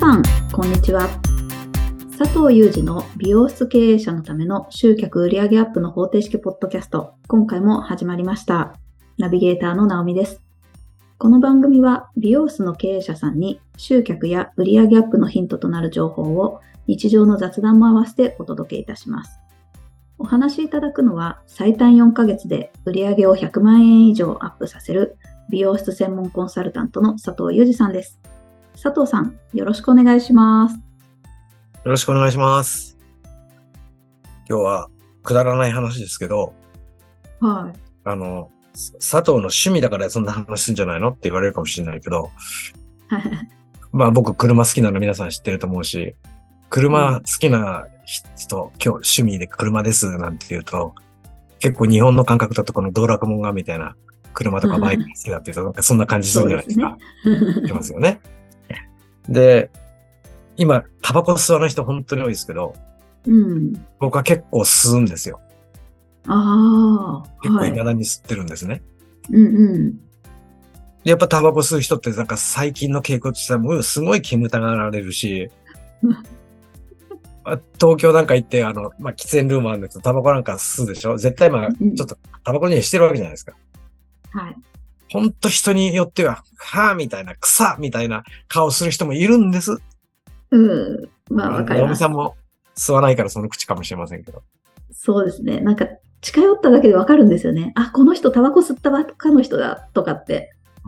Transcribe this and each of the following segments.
さん、こんにちは。佐藤祐二の美容室経営者のための集客売上アップの方程式ポッドキャスト、今回も始まりました。ナビゲーターの直美です。この番組は美容室の経営者さんに集客や売上アップのヒントとなる情報を日常の雑談も合わせてお届けいたします。お話しいただくのは最短4ヶ月で売上を100万円以上アップさせる美容室専門コンサルタントの佐藤祐二さんです。佐藤さん、よろしくお願いします。 よろしくお願いします。今日はくだらない話ですけど、 はい。 佐藤の趣味だからそんな話するんじゃないのって言われるかもしれないけど、まあ僕車好きなの皆さん知ってると思うし、車好きな人、今日趣味で車ですなんて言うと、結構日本の感覚だとこの道楽門がみたいな車とかバイクが好きだって言うと、なんかそんな感じするんじゃないですか。しますよね。で、今、タバコ吸わない人本当に多いですけど、僕は結構吸うんですよ。結構未だに吸ってるんですね。やっぱタバコ吸う人ってなんか最近の傾向としてはすごい煙たがられるし、東京なんか行って喫煙ルームあるんだけどタバコなんか吸うでしょ？絶対ちょっとタバコにしてるわけじゃないですか。 はい。 ほんと人によっては、はぁみたいな、草みたいな顔する人もいるんです。 まあわかります。 直美さんも吸わないからその口かもしれませんけど。 そうですね。なんか近寄っただけでわかるんですよね。あ、この人タバコ吸ったばっかの人だとかって。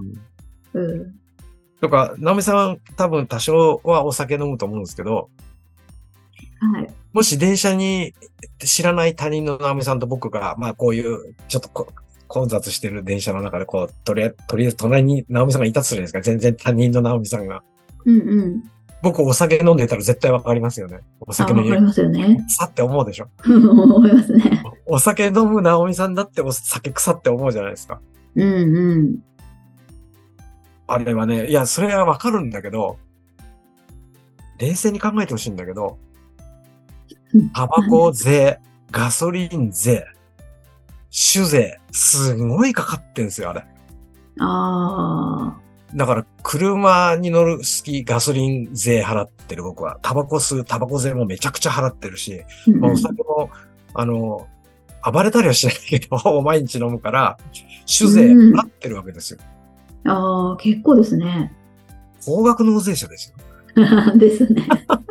とか、直美さん多分多少はお酒飲むと思うんですけど、 はい。 もし電車に知らない他人の直美さんと僕が、まあこういうちょっと混雑してる電車の中でとりあえず隣に直美さんがいたとするんですか？全然他人の直美さんが。僕お酒飲んでたら絶対わかりますよね。お酒のわかりますよね。 臭って思うでしょ？ 思いますね。 お酒飲む直美さんだってお酒臭って思うじゃないですか。あれはね、いや、それはわかるんだけど、冷静に考えてほしいんだけど、タバコ税、ガソリン税、酒税、すごいかかってんですよ、あれ。だから、車に乗る好き、ガソリン税払ってる僕は。タバコ吸う、タバコ税もめちゃくちゃ払ってるし、お酒も、暴れたりはしないけど、毎日飲むから、酒税払ってるわけですよ。 結構ですね。 高額納税者ですよ。ですね。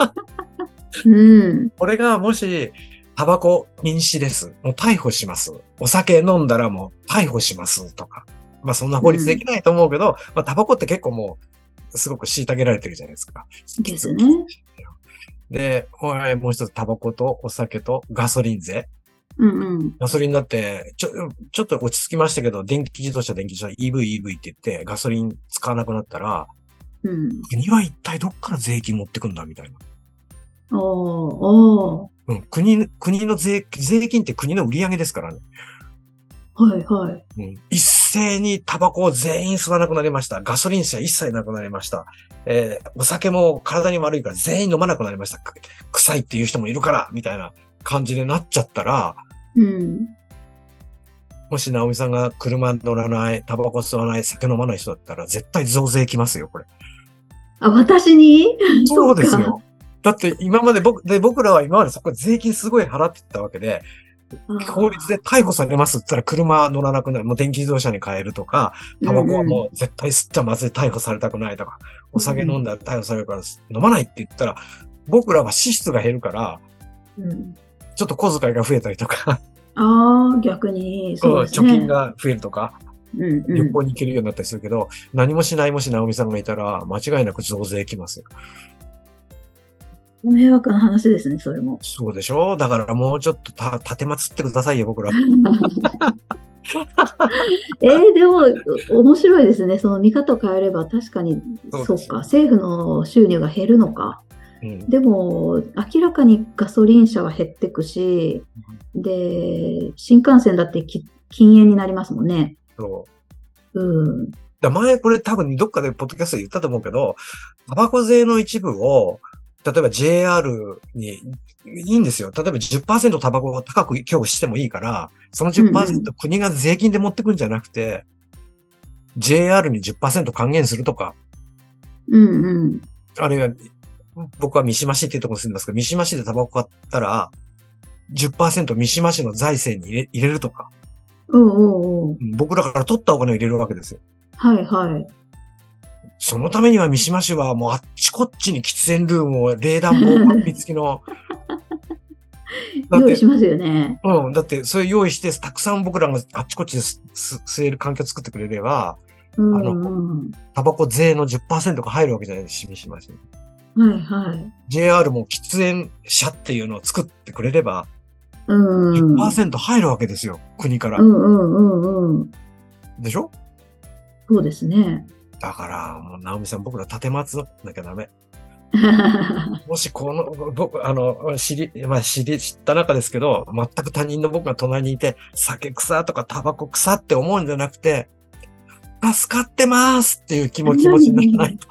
これがもし、タバコ禁止です。もう逮捕します。お酒飲んだらもう逮捕しますとか。まあそんな法律できないと思うけど、まあタバコって結構もう、すごく虐げられてるじゃないですか。 ですね。 で、もう一つタバコとお酒とガソリン税。ガソリンだって、ちょっと落ち着きましたけど、電気自動車、EV って言って、ガソリン使わなくなったら、国は一体どっから税金持ってくんだみたいな。国の税金って国の売り上げですからね。一斉にタバコを全員吸わなくなりました。ガソリン車一切なくなりました。お酒も体に悪いから全員飲まなくなりました。臭いっていう人もいるから、みたいな感じでなっちゃったら、もし直美さんが車乗らない、タバコ吸わない、酒飲まない人だったら絶対増税きますよ、これ。 私に？ そうですよ。だって僕らは今までそこ税金すごい払ってたわけで、法律で逮捕されますって言ったら車乗らなくなる。もう電気自動車に変えるとか、タバコはもう絶対吸っちゃまずい、逮捕されたくないとか、お酒飲んだら逮捕されるから飲まないって言ったら、僕らは支出が減るから、ちょっと小遣いが増えたりとか。 逆にそうですね。 貯金が増えるとか、旅行に行けるようになったりするけど、何もしないもし直美さんがいたら、間違いなく増税きますよ。 迷惑な話ですね、それも。 そうでしょ？だからもうちょっと立てまつってくださいよ、僕ら。 でも、面白いですね。その見方を変えれば、確かに、そうか、政府の収入が減るのか。でも、明らかにガソリン車は減ってくし、で、新幹線だって禁煙になりますもんね。 前これ多分どっかでポッドキャストで言ったと思うけど、タバコ税の一部を、例えば JR に、いいんですよ。例えば 10% タバコを高く強してもいいから、その 10% 国が税金で持ってくんじゃなくて、JR に 10% 還元するとか、あるいは僕は三島市っていうところに住んでますけど、三島市でタバコ買ったら、10% 三島市の財政に入れるとか、 おうおうおう。 僕らから取ったお金を入れるわけですよ。 はいはい。 そのためには三島市はもうあっちこっちに喫煙ルームを冷暖房完備付きの、だって、 用意しますよね。 だってそれ用意して、たくさん僕らがあっちこっちで吸える環境を作ってくれれば、 うんうん。 タバコ税の 10% が入るわけじゃないですか、三島市に。 はいはい。 JR も喫煙車っていうのを作ってくれれば、 うんうん。 10% 入るわけですよ、国から。 うんうんうんうん。 でしょ？ そうですね。 だから、もう、直美さん、僕ら立てまつなきゃダメ。もし、僕、知った中ですけど、全く他人の僕が隣にいて、酒臭とかタバコ臭って思うんじゃなくて、助かってますっていう気持ちにならないと。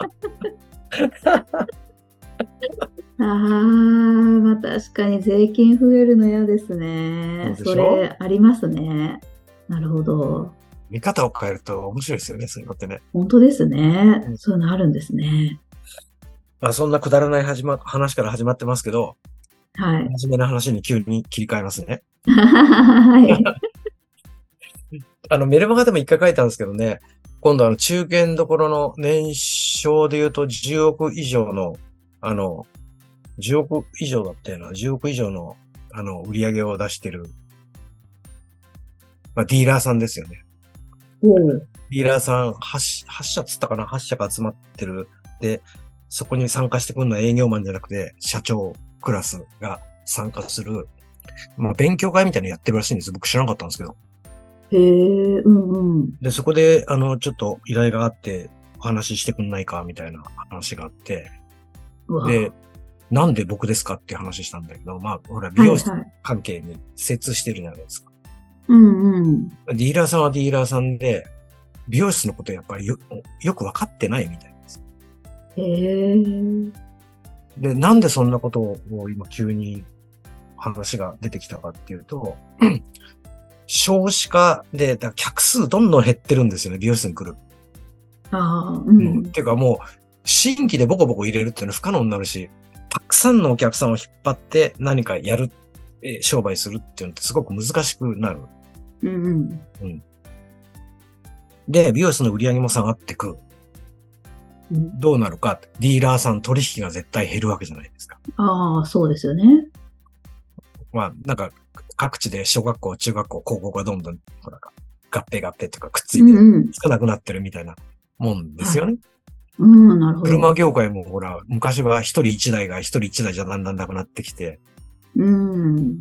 ああ、まあ確かに税金増えるの嫌ですそうね。そでしょ？ れありますね。なるほど。 見方を変えると面白いですよね、そういうのってね。 本当ですね。 うん、 そういうのあるんですね。 まあ、そんなくだらない話から始まってますけど、 はい。 真面目な話に急に切り替えますね。 はい。 メルマガでも一回書いたんですけどね、今度中堅どころの年商で言うと10億以上の、10億以上だったよな、10億以上の、売り上げを出してる、まあ、ディーラーさんですよね。 おう。 ディーラーさん8社つったかな？ 8 社が集まってる。で、そこに参加してくるのは営業マンじゃなくて、社長クラスが参加する、まあ、勉強会みたいなのやってるらしいんです。僕知らなかったんですけど。 へえ、うんうん。 で、そこで、ちょっと依頼があって、お話ししてくんないか、みたいな話があって、 うわ。 で、なんで僕ですかって話したんだけど、まあ、ほら、美容室はいはい。 関係に精通してるじゃないですか。 うんうん。 ディーラーさんはディーラーさんで、美容室のことやっぱりよくわかってないみたいです。 へえ。 で、なんでそんなことを今急に話が出てきたかっていうと、少子化で、客数どんどん減ってるんですよね、美容室に来る。 ああ、うん。 ていうかもう、新規でボコボコ入れるっていうのは不可能になるし、たくさんのお客さんを引っ張って何かやる、商売するっていうのってすごく難しくなる。 うんうん。 うん。で、美容室の売り上げも下がってく。 うん、 どうなるか、ディーラーさん取引が絶対減るわけじゃないですか。 ああ、そうですよね。 まあ、なんか、各地で小学校、中学校、高校がどんどん、ほら、合併っていうかくっついてうんうん。 少なくなってるみたいなもんですはい。 よね。 うん、なるほど。 車業界もほら、昔は一人一台が一人一台じゃだんだんなくなってきて、 うん。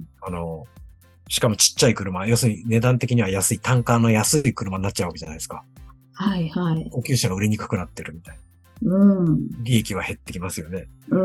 あの、しかもちっちゃい車、要するに値段的には安い、単価の安い車になっちゃうわけじゃないですか。 はいはい。 高級車が売りにくくなってるみたいな。 うん。 利益は減ってきますよね。 うん、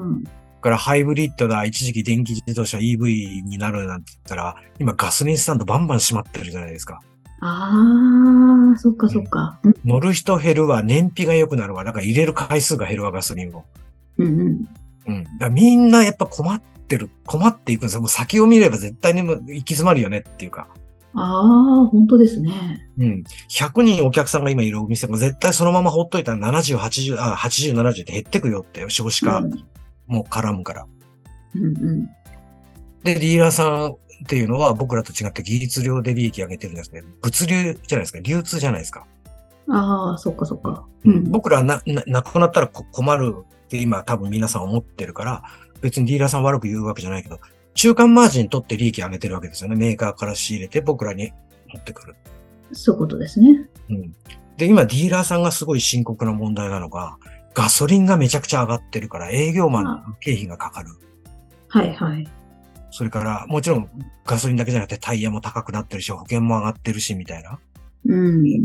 うん。 だからハイブリッドだ、一時期電気自動車 EV になるなんて言ったら、今ガソリンスタンドバンバン閉まってるじゃないですか。 ああ、そっかうん、 そっか。うん、 乗る人減るわ、燃費が良くなるわ、だから入れる回数が減るわ、ガソリンを。 うん。 うん。だからみんなやっぱ困っていくんですよ。もう先を見れば絶対にもう行き詰まるよねっていうか。 ああ、本当ですね。 うん。100人お客さんが今いるお店も絶対そのままほっといたら70、80、80、70って減ってくよって、少子化うん。 も絡むから。 うんうん。 で、ディーラーさんっていうのは僕らと違って技術量で利益上げてるんですね。物流じゃないですか。流通じゃないですか。 ああ、そっかそっうん。 か。 うん、 うん。 僕らはなくなったら困るって今多分皆さん思ってるから、別にディーラーさん悪く言うわけじゃないけど、中間マージン取って利益上げてるわけですよね。メーカーから仕入れて僕らに持ってくる。 そういうことですね。 うん。で、今ディーラーさんがすごい深刻な問題なのが、ガソリンがめちゃくちゃ上がってるから営業マンのあ、 経費がかかる。 はいはい。 それから、もちろんガソリンだけじゃなくてタイヤも高くなってるし、保険も上がってるし、みたいな。 うん。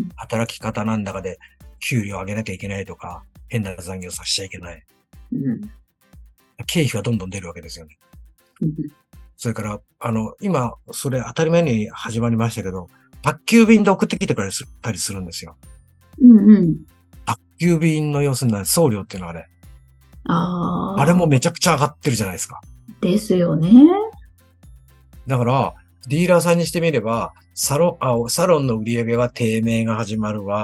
働き方なんだかで、給料上げなきゃいけないとか、変な残業させちゃいけない。 うん。 経費がどんどん出るわけですよね。 うん。 それから、今、それ当たり前に始まりましたけど、宅急便で送ってきてくれたりするんですよ。 うんうん。 宅急便の要するに送料っていうのはね、あれああ、 もめちゃくちゃ上がってるじゃないですか。 ですよね。 だから、ディーラーさんにしてみれば、サロンの売り上げは低迷が始まるわ、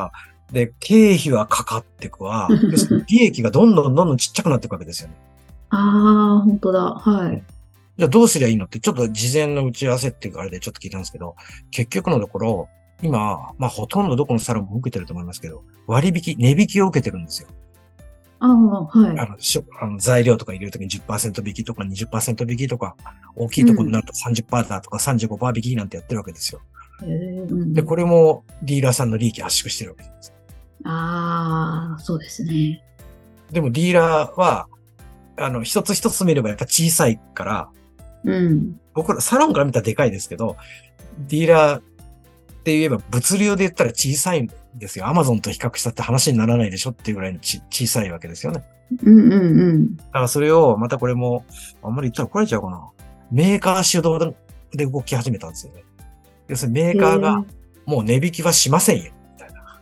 で、経費はかかっていくわ。要するに利益がどんどんどんどんちっちゃくなっていくわけですよね。 ああ、本当だ。はい。 じゃあどうすりゃいいのって、ちょっと事前の打ち合わせっていうかあれでちょっと聞いたんですけど、結局のところ、今、まあほとんどどこのサロンも受けてると思いますけど、割引、値引きを受けてるんですよ。 ああ、はい。 材料とか入れるときに10%引きとか20%引きとか、大きいところになると30%だとか35%引きなんてやってるわけですよ。で、これもディーラーさんの利益圧縮してるわけです。 ああ、そうですね。 でもディーラーは、一つ一つ見ればやっぱ小さいから、僕らサロンから見たらでかいですけど、ディーラーって言えば物流で言ったら小さいんですよ。アマゾンと比較したって話にならないでしょっていうぐらいに小さいわけですよね。だからそれを、またこれも、あんまり言ったら怒られちゃうかな。メーカー主導で動き始めたんですよね。要するにメーカーが、もう値引きはしませんよ、みたいな。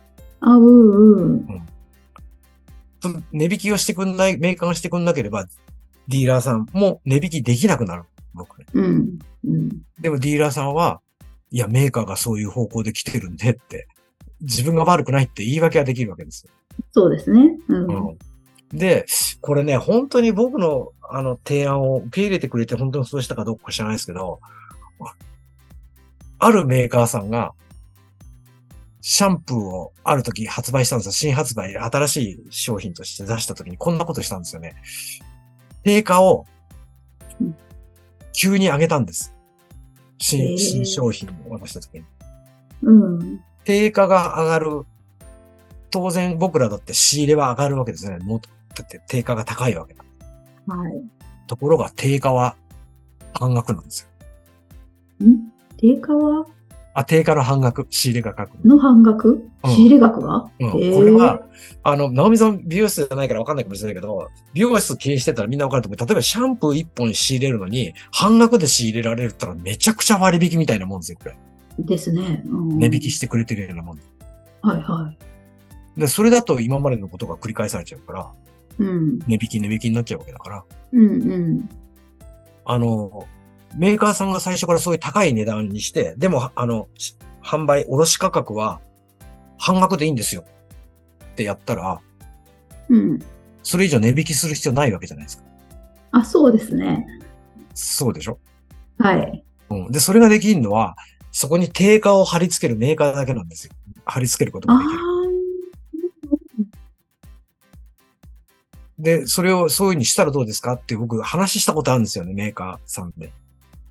値引きをしてくんない、メーカーがしてくんなければ、ディーラーさんも値引きできなくなる。僕ね。でもディーラーさんは、いや、メーカーがそういう方向で来てるんでって、自分が悪くないって言い訳はできるわけですよ。 そうですね。 で、これね、本当に僕の提案を受け入れてくれて本当にそうしたかどうか知らないですけど、あるメーカーさんが、シャンプーをある時発売したんですよ。新発売、新しい商品として出した時にこんなことしたんですよね。定価を急に上げたんです。新商品を渡した時に。定価が上がる。当然僕らだって仕入れは上がるわけですね。もう、だって定価が高いわけだ。 はい。 ところが定価は半額なんですよ。 定価は定価の半額、仕入れが額。 の半額、仕入れ額は、 これは、直美さん美容室じゃないから分かんないかもしれないけど、美容室経営してたらみんな分かると思う。例えばシャンプー1本仕入れるのに、半額で仕入れられるったらめちゃくちゃ割引みたいなもんですよ、これ。 ですね。 値引きしてくれてるようなもん。 はいはい。 で、それだと今までのことが繰り返されちゃうから、値引きになっちゃうわけだから。メーカーさんが最初からそういう高い値段にして、でも、販売、卸価格は半額でいいんですよってやったら、それ以上値引きする必要ないわけじゃないですか。 そうですね。 そうでしょ？ はい。 で、それができるのは、そこに定価を貼り付けるメーカーだけなんですよ。貼り付けることができる。で、それをそういう風にしたらどうですかって僕話したことあるんですよね、メーカーさんで。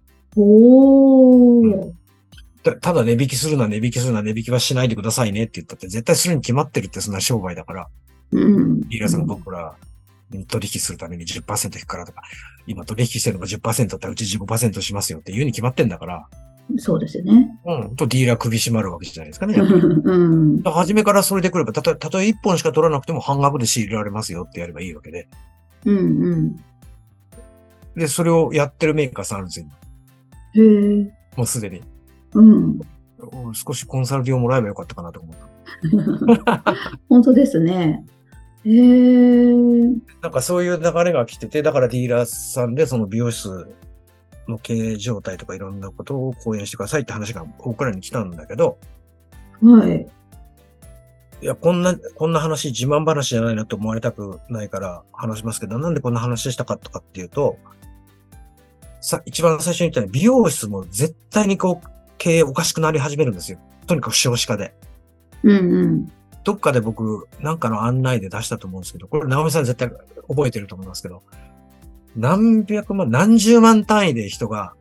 ただ値引きするな、値引きはしないでくださいねって言ったって絶対するに決まってるって、そんな商売だから。ディーラーさんが僕らに取引するために 10% 引くからとか、今取引してるのが 10% だったらうち 15% しますよって言うに決まってんだから。 そうですよね。 とディーラー首締まるわけじゃないですかね、やっぱり。初めからそれでくれば、たとえ1本しか取らなくても半額で仕入れられますよってやればいいわけで。で、それをやってるメーカーさんあるんですよ。もうすでに。少しコンサル料もらえばよかったかなと思った。 本当ですね。 なんかそういう流れが来てて、だからディーラーさんでその美容室の経営状態とかいろんなことを講演してくださいって話が僕らに来たんだけど、 はい。 いや、こんな話、自慢話じゃないなと思われたくないから話しますけど、なんでこんな話したかとかっていうと、一番最初に言ったように美容室も絶対に経営おかしくなり始めるんですよ。とにかく少子化で。どっかで僕、なんかの案内で出したと思うんですけど、これ、直美さん絶対覚えてると思いますけど、何百万、何十万単位で人が、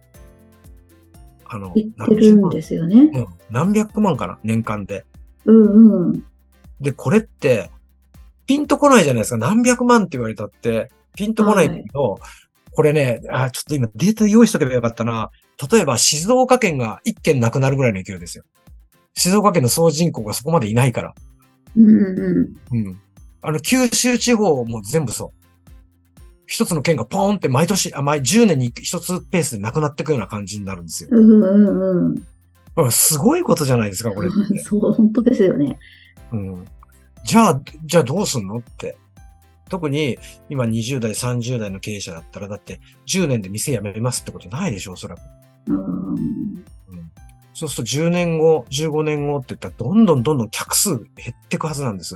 言ってるんですよね。 何百万かな、年間で。で、これって、ピンとこないじゃないですか。何百万って言われたって、ピンとこないけど、これね、ちょっと今データ用意しとけばよかったな。例えば静岡県が1県なくなるぐらいの勢いですよ。静岡県の総人口がそこまでいないから。九州地方も全部そう。一つの県がポーンって毎年、10年に一つペースでなくなっていくような感じになるんですよ。すごいことじゃないですか、これって。 そう、本当ですよね。 じゃあどうすんのって。特に今20代、30代の経営者だったら、だって10年で店辞めますってことないでしょ、おそらく。 そうすると10年後、15年後って言ったらどんどんどんどん客数減っていくはずなんです。 はい。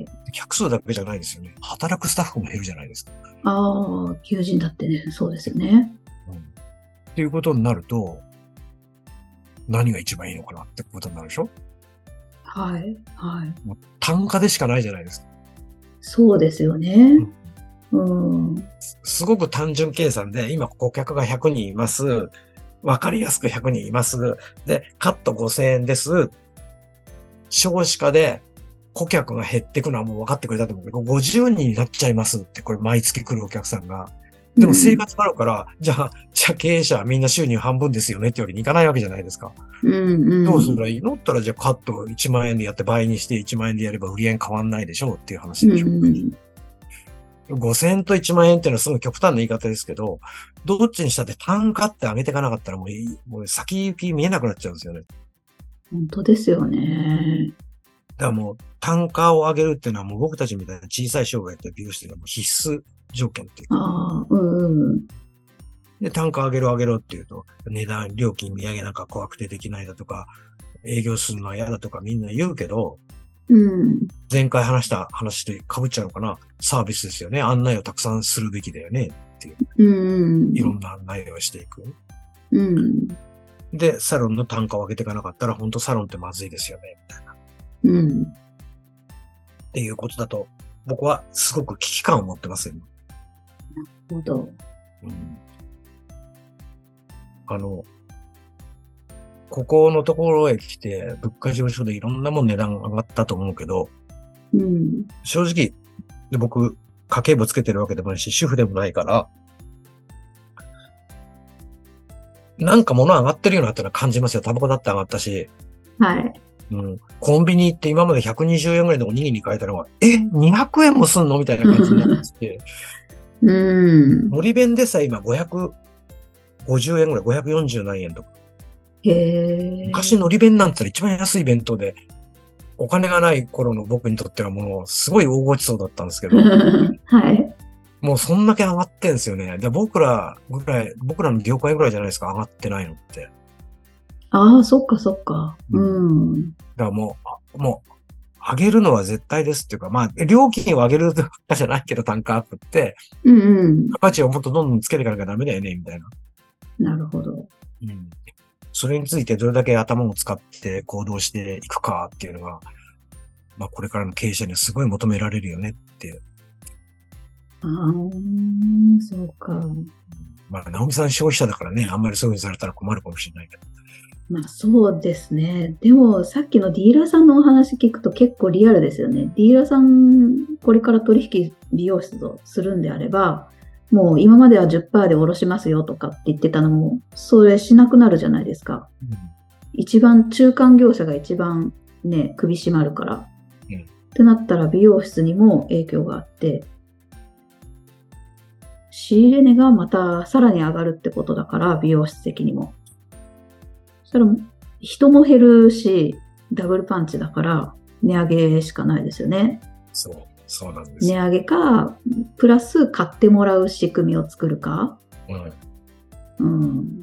客数だけじゃないですよね。働くスタッフも減るじゃないですか。 ああ、求人だってね、そうですよね。 っていうことになると、何が一番いいのかなってことになるでしょ？ はい。はい。 もう単価でしかないじゃないですか。 そうですよね。うん。 すごく単純計算で、今顧客が100人います。わかりやすく100人います。で、カット5000円です。少子化で顧客が減っていくのはもう分かってくれたと思うけど、50人になっちゃいますって、これ毎月来るお客さんが。でも生活があるから、じゃあ経営者はみんな収入半分ですよねってわけにいかないわけじゃないですか。どうすればいいのったら、じゃあカット1万円でやって倍にして1万円でやれば売り上げ変わんないでしょうっていう話でしょ。5000円と1万円っていうのはすごい極端な言い方ですけど、どっちにしたって単価って上げていかなかったらもう先行き見えなくなっちゃうんですよね。 本当ですよね。 だからもう単価を上げるっていうのはもう僕たちみたいな小さい商売やってる美容師でも必須条件っていうか。 ああ、うんうん。 で、単価上げろっていうと、値段、料金見上げなんか怖くてできないだとか、営業するのは嫌だとかみんな言うけど、 うん。 前回話した話で被っちゃうのかな。サービスですよね。案内をたくさんするべきだよねっていう。 うん。 いろんな案内をしていく。 うん。 で、サロンの単価を上げていかなかったら、本当サロンってまずいですよね、みたいな。 うん。 っていうことだと、僕はすごく危機感を持ってますよ。 なるほど。 うん、ここのところへ来て、物価上昇でいろんなもん値段上がったと思うけど、 うん。 正直、で僕、家計簿つけてるわけでもないし、主婦でもないから、なんか物上がってるようなってのは感じますよ。タバコだって上がったし。 はい。 うん。コンビニ行って今まで120円ぐらいでおにぎり買えたのが、200円もすんのみたいな感じになってきて。 うん。 のり弁でさ、今550円ぐらい、540何円とか。 へえ。 昔のり弁なんて言ったら一番安い弁当で、お金がない頃の僕にとってはもうすごい大ごちそうだったんですけど、 はい。 もうそんだけ上がってんですよね。で、僕らの業界ぐらいじゃないですか、上がってないのって。 ああ、そっかそっか。うん。 だからもう、上げるのは絶対ですっていうか、まあ、料金を上げるとかじゃないけど、単価アップって、 うんうん。 価値をもっとどんどんつけていかなきゃダメだよね、みたいな。 なるほど。 うん。それについてどれだけ頭を使って行動していくかっていうのが、まあ、これからの経営者にはすごい求められるよねっていう。 ああ、そうか。 まあ、直美さん消費者だからね、あんまりそういうふうにされたら困るかもしれないけど。 まあそうですね。でもさっきのディーラーさんのお話聞くと結構リアルですよね。ディーラーさん、これから取引美容室とするんであれば、もう今までは 10% で下ろしますよとかって言ってたのも、それしなくなるじゃないですか。一番中間業者が一番ね、首絞まるから。ってなったら美容室にも影響があって、仕入れ値がまたさらに上がるってことだから、美容室的にも。そしたら人も減るし、ダブルパンチだから値上げしかないですよね。 そうなんです。 値上げか、プラス買ってもらう仕組みを作るか。 うん。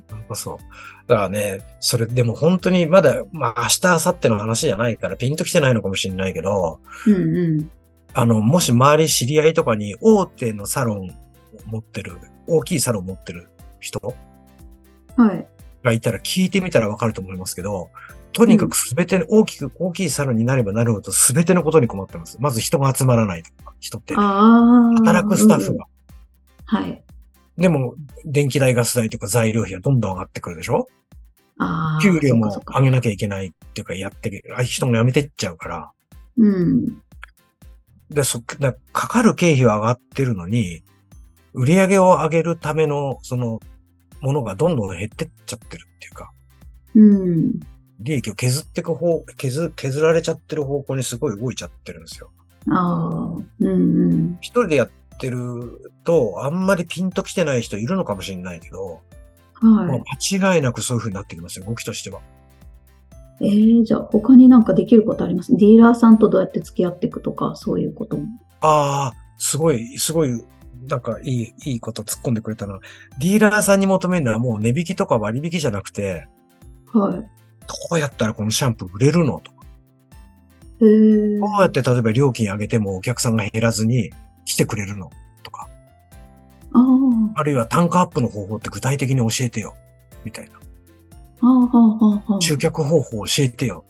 そう。だからね、それでも本当にまだ、まあ明日、明後日の話じゃないからピンときてないのかもしれないけど、もし周り知り合いとかに大手のサロン持ってる、大きいサロン持ってる人がいたら聞いてみたらわかると思いますけど、とにかくすべて大きいサロンになればなるほどすべてのことに困ってます。まず人が集まらないとか、人って、働くスタッフが。 はい。 でも、電気代、ガス代とか材料費がどんどん上がってくるでしょ？給料も上げなきゃいけないっていうか、人も辞めてっちゃうから。で、かかる経費は上がってるのに、売り上げを上げるための、ものがどんどん減ってっちゃってるっていうか。利益を削られちゃってる方向にすごい動いちゃってるんですよ。一人でやってると、あんまりピンときてない人いるのかもしれないけど、もう間違いなくそういう風になってきますよ、動きとしては。 じゃあ他になんかできることあります？ディーラーさんとどうやって付き合っていくとか、そういうことも。 すごい、なんかいいこと突っ込んでくれたな。ディーラーさんに求めるのはもう値引きとか割引じゃなくて、 どうやったらこのシャンプー売れるのとか。 へー。 どうやって例えば料金上げてもお客さんが減らずに来てくれるのとか。 ああ。 あるいは単価アップの方法って具体的に教えてよ。みたいな。 はあ、はあ、はあ、は集客方法教えてよ。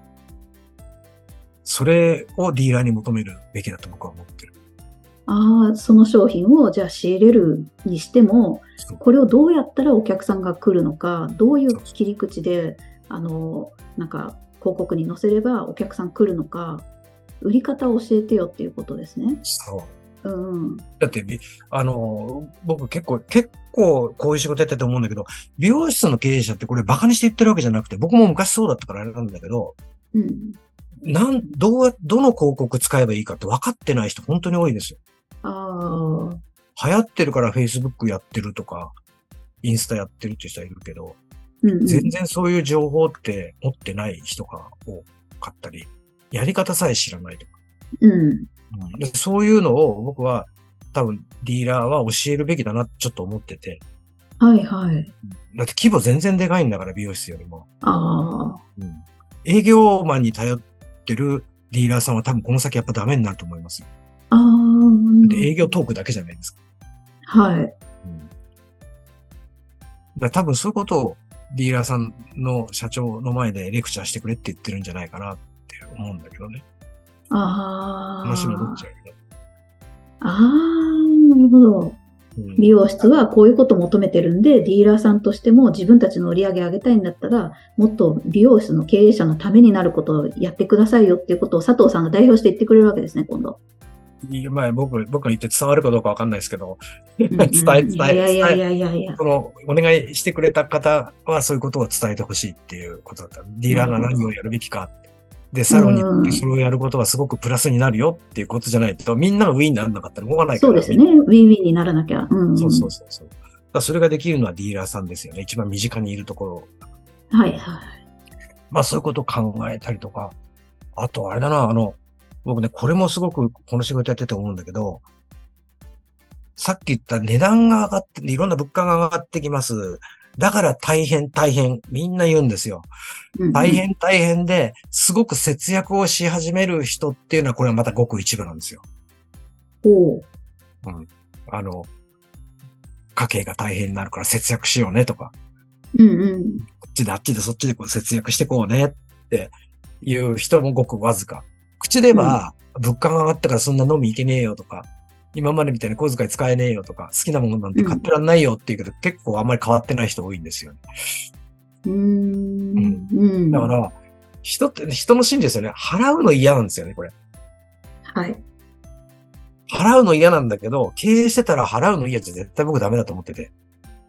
それをディーラーに求めるべきだと僕は思ってる。 あ。ああ、その商品をじゃあ仕入れるにしても、これをどうやったらお客さんが来るのか、どういう切り口で、なんか広告に載せればお客さん来るのか、売り方を教えてよっていうことですね。 そう。 うん。 だって、僕結構こういう仕事やってて思うんだけど、美容室の経営者ってこれバカにして言ってるわけじゃなくて、僕も昔そうだったからあれなんだけど、 うん。 どの広告使えばいいかって分かってない人本当に多いですよ。 ああ。 流行ってるから Facebook やってるとか、インスタやってるっていう人はいるけど、 うんうん。 全然そういう情報って持ってない人が多かったり、やり方さえ知らないとか。 うん。 でそういうのを僕は多分ディーラーは教えるべきだなってちょっと思ってて。 はいはい。 だって規模全然でかいんだから美容室よりも。 ああ。 営業マンに頼ってるディーラーさんは多分この先やっぱダメになると思いますよ。 ああ。 だって営業トークだけじゃないですか。 はい。 だから多分そういうことをディーラーさんの社長の前でレクチャーしてくれって言ってるんじゃないかなって思うんだけどね。話戻っちゃうけど。 ああ、なるほど。美容室はこういうことを求めてるんで、ディーラーさんとしても自分たちの売り上げ上げたいんだったら、もっと美容室の経営者のためになることをやってくださいよっていうことを佐藤さんが代表して言ってくれるわけですね、今度。 まあ僕が言って伝わるかどうかわかんないですけど、 いやいやいやいやいや。 お願いしてくれた方はそういうことを伝えてほしいっていうことだった。ディーラーが何をやるべきか。で、サロンに行ってそれをやることはすごくプラスになるよっていうことじゃないと、みんながウィンにならなかったら動かないから。 そうですね。ウィンウィンにならなきゃ。 そう。だからそれができるのはディーラーさんですよね。一番身近にいるところ。 はいはい。 まあそういうことを考えたりとか。あとあれだな、僕ね、これもすごくこの仕事やってて思うんだけど、さっき言った値段が上がって、いろんな物価が上がってきます。だから大変、みんな言うんですよ。大変で、すごく節約をし始める人っていうのは、これはまたごく一部なんですよ。家計が大変になるから節約しようねとか。こっちであっちでそっちでこう節約してこうねっていう人もごくわずか。口では、物価が上がったからそんな飲み行けねえよとか、今までみたいに小遣い使えねえよとか、好きなものなんて買ってらんないよっていうけど、結構あんまり変わってない人多いんですよね。だから、人の心理ですよね。払うの嫌なんですよね、これ。 はい。 払うの嫌なんだけど、経営してたら払うの嫌じゃ絶対僕ダメだと思ってて。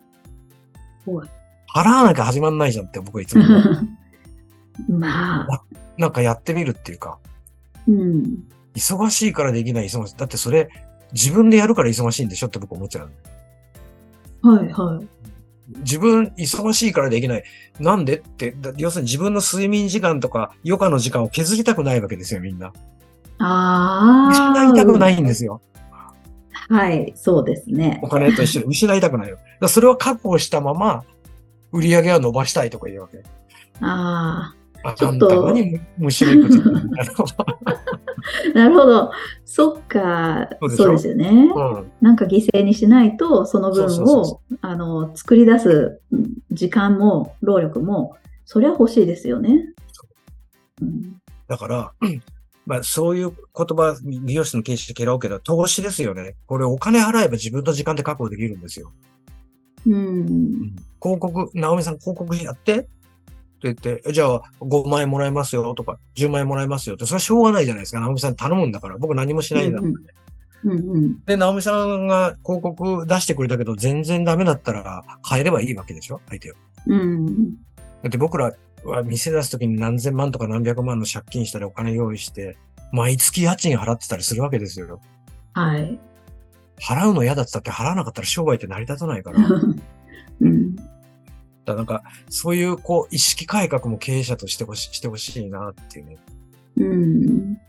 払わなきゃ始まんないじゃんって僕はいつも思う。 まあ。 なんかやってみるっていうか。忙しいからできない忙しい。だってそれ、自分でやるから忙しいんでしょって僕思っちゃう。 はいはい。 自分忙しいからできない。なんでって、要するに自分の睡眠時間とか余暇の時間を削りたくないわけですよ、みんな。失いたくないんですよ。 はい、そうですね。 お金と一緒に失いたくないよ。それは確保したまま、売り上げは伸ばしたいとか言うわけ。 ちょっと。 何虫のいくつなるほど。そっか。そうですよね。なんか犠牲にしないと、その分を作り出す時間も労力も、そりゃ欲しいですよね。 だから、まあそういう言葉、美容師の経営者嫌うけど、投資ですよね。これお金払えば自分の時間で確保できるんですよ。広告、直美さん広告やってって言って、じゃあ5万円もらえますよとか、10万円もらえますよって、それはしょうがないじゃないですか。直美さん頼むんだから。僕何もしないんだもんね。で、直美さんが広告出してくれたけど、全然ダメだったら変えればいいわけでしょ相手を。だって僕らは店出すときに何千万とか何百万の借金したりお金用意して、毎月家賃払ってたりするわけですよ。 はい。 払うの嫌だって言ったって払わなかったら商売って成り立たないから。なんか、そういう、意識改革も経営者としてほしいなっていうね。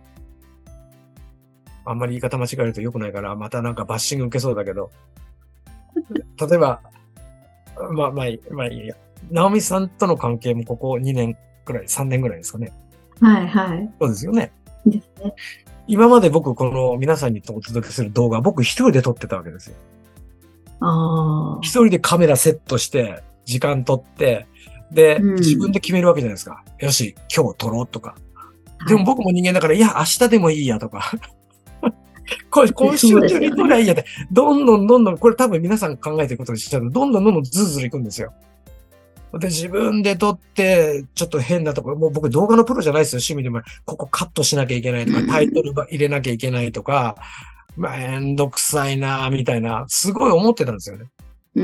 あんまり言い方間違えると良くないから、またなんかバッシング受けそうだけど。例えば、まあいいや。 直美さんとの関係もここ2年くらい、3年ぐらいですかね。 はいはい。 そうですよね。 ですね。 今まで僕この皆さんにお届けする動画、僕一人で撮ってたわけですよ。 ああ。 一人でカメラセットして、時間撮って、で、 うん自分で決めるわけじゃないですか。よし、今日撮ろうとか。ではい。 も僕も人間だから、いや、明日でもいいやとか。今週中にそうですよね。 撮りゃいいやで、どんどん、これ多分皆さん考えてることにしちゃうと、どんどんずるずるいくんですよ。で、自分で撮って、ちょっと変なところ、もう僕動画のプロじゃないですよ、趣味でも。ここカットしなきゃいけないとか、タイトル入れなきゃいけないとか、めんどくさいなみたいな、すごい思ってたんですよね。 うん。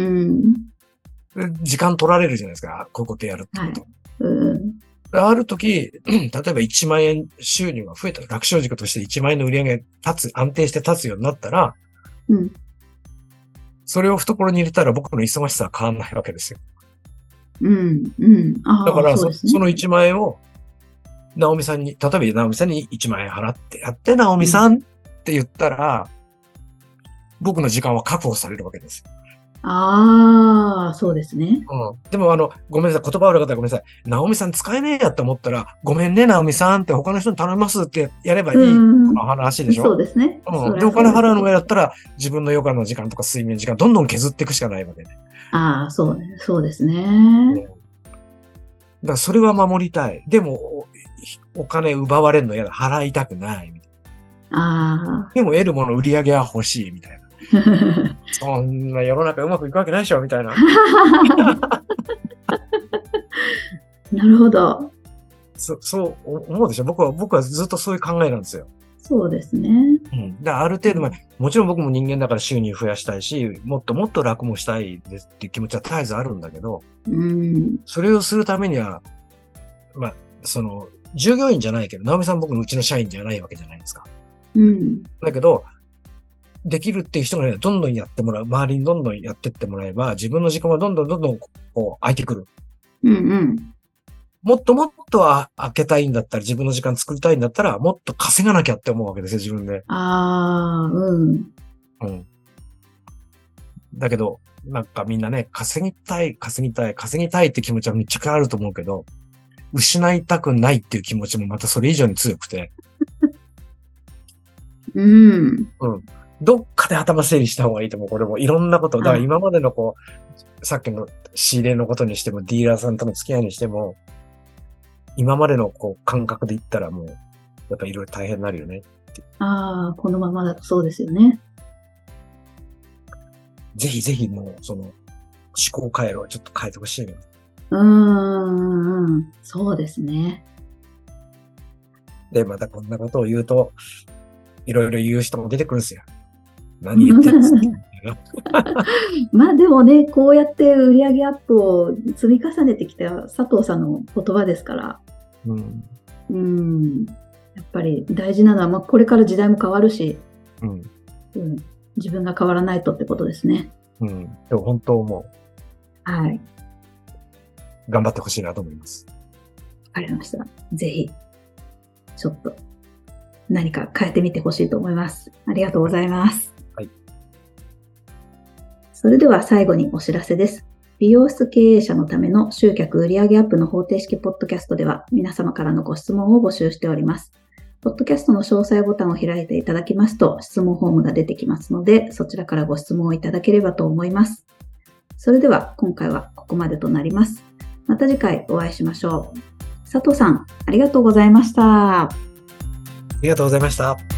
で時間取られるじゃないですか、こういうことやるってはい。 こと。 うん。 ある時、例えば1万円収入が増えた、楽勝軸として1万円の売り上げ安定して立つようになったら、 うん。 それを懐に入れたら僕の忙しさは変わんないわけですよ。 うん。うん。ああ、 だからそうですね。 その1万円を、直美さんに、例えば直美さんに1万円払ってやって、直美さんって言ったら、僕の時間は確保されるわけですよ。 ああ、そうですね。 うん。でもごめんなさい。言葉悪かったらごめんなさい。直美さん使えねえやって思ったら、ごめんね、直美さんって他の人に頼みますってやればいい話でしょ。 そうですね。 うん。で、 そりゃお金そうですよ。 払うのをやったら、自分の余暇の時間とか睡眠時間、どんどん削っていくしかないわけで。 ああ、そうね。そうですね。 うん。だからそれは守りたい。でも、お金奪われるの嫌だ。払いたくない。 あでも得るもの売り上げは欲しいみたいな。 あ。 そんな世の中うまくいくわけないでしょみたいな。 なるほど。 そう思うでしょ。僕はずっとそういう考えなんですよ。 そうですね。 うん。だからある程度まで、もちろん僕も人間だから収入増やしたいし、もっともっと楽もしたいですっていう気持ちは絶えずあるんだけど、 うん。 それをするためには、従業員じゃないけど、直美さん僕のうちの社員じゃないわけじゃないですか。 うん。 だけど、できるっていう人がね、どんどんやってもらう。周りにどんどんやってってもらえば、自分の時間はどんどんこう空いてくる。 うんうん。 もっと開けたいんだったら、自分の時間作りたいんだったら、もっと稼がなきゃって思うわけですよ、自分で。 ああ、うん。 うん。だけど、なんかみんなね、稼ぎたいって気持ちはめっちゃくちゃあると思うけど、失いたくないっていう気持ちもまたそれ以上に強くて、 うん。 うん。どっかで頭整理した方がいいと思う。これもいろんなこと。だから今までのさっきの仕入れのことにしても、ディーラーさんとの付き合いにしても、今までの感覚で言ったらもう、やっぱいろいろ大変になるよね。 ああ、このままだとそうですよね。 ぜひぜひもう、思考回路をちょっと変えてほしいな。 そうですね。 で、またこんなことを言うと、いろいろ言う人も出てくるんですよ。何言ってるんですかまあでもね、こうやって売上アップを積み重ねてきた佐藤さんの言葉ですから、 うん、 やっぱり大事なのは、まあ、これから時代も変わるし、 うん自分が変わらないとってことですね。 うん。でも本当思う。 はい。 頑張ってほしいなと思います。 わかりました。ぜひ、ちょっと何か変えてみてほしいと思います。ありがとうございます。 はい。 それでは最後にお知らせです。美容室経営者のための集客売上アップの方程式ポッドキャストでは皆様からのご質問を募集しております。ポッドキャストの詳細ボタンを開いていただきますと質問フォームが出てきますので、そちらからご質問をいただければと思います。それでは今回はここまでとなります。また次回お会いしましょう。佐藤さん、ありがとうございました。 ありがとうございました。